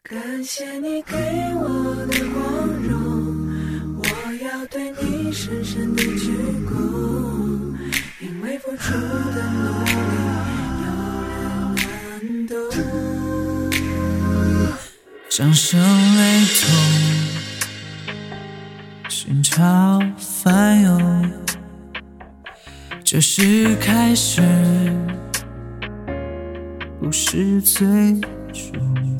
感谢你给我的光荣，我要对你深深的鞠躬，因为付出的努力有人能懂。 掌声雷同，心潮翻涌，这是开始，不是最终。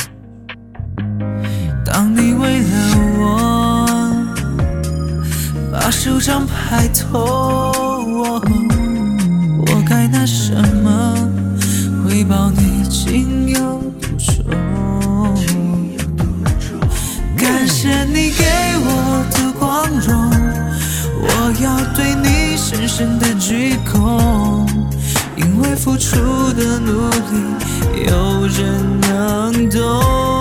当你为了我把手掌拍痛，我该拿什么回报你情有独钟？感谢你给我的光荣，我要对你深深的鞠躬，因为付出的努力有人能懂。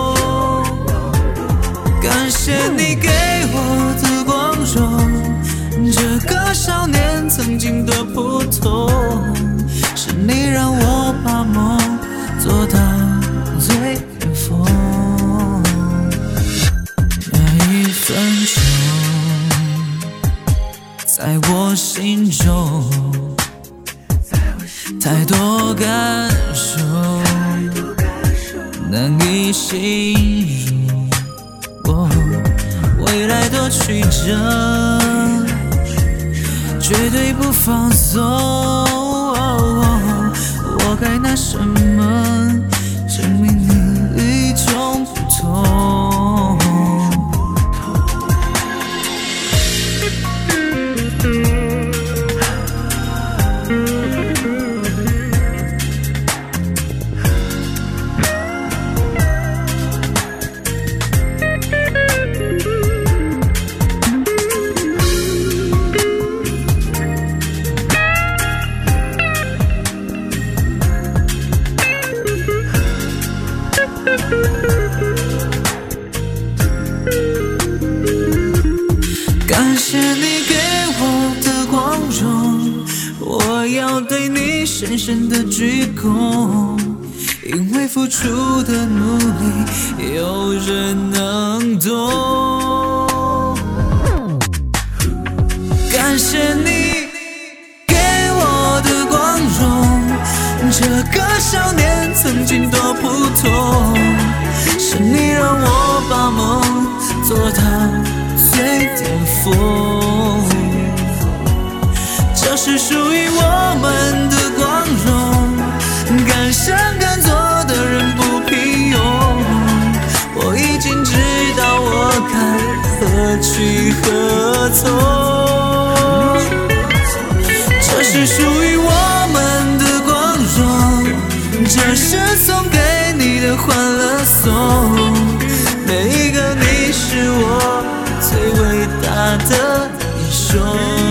感谢你给我的光荣，这个少年曾经多普通，是你让我把梦做到最巅峰。那一分钟，在我心中，太多感受难以形容。未来多曲折，绝对不放松。我该拿什么证明你与众不同？感谢你给我的光荣，我要对你深深的鞠躬，因为付出的努力有人能懂。感谢你给我的光荣，这个少年曾经多普通，是你让我把梦做到最巅峰。这是属于我们的光荣，敢想敢做的人不平庸。我已经知道我该何去何从。这是属于我们的光荣，这是送给你的欢乐颂。每一个你是我最伟大的英雄。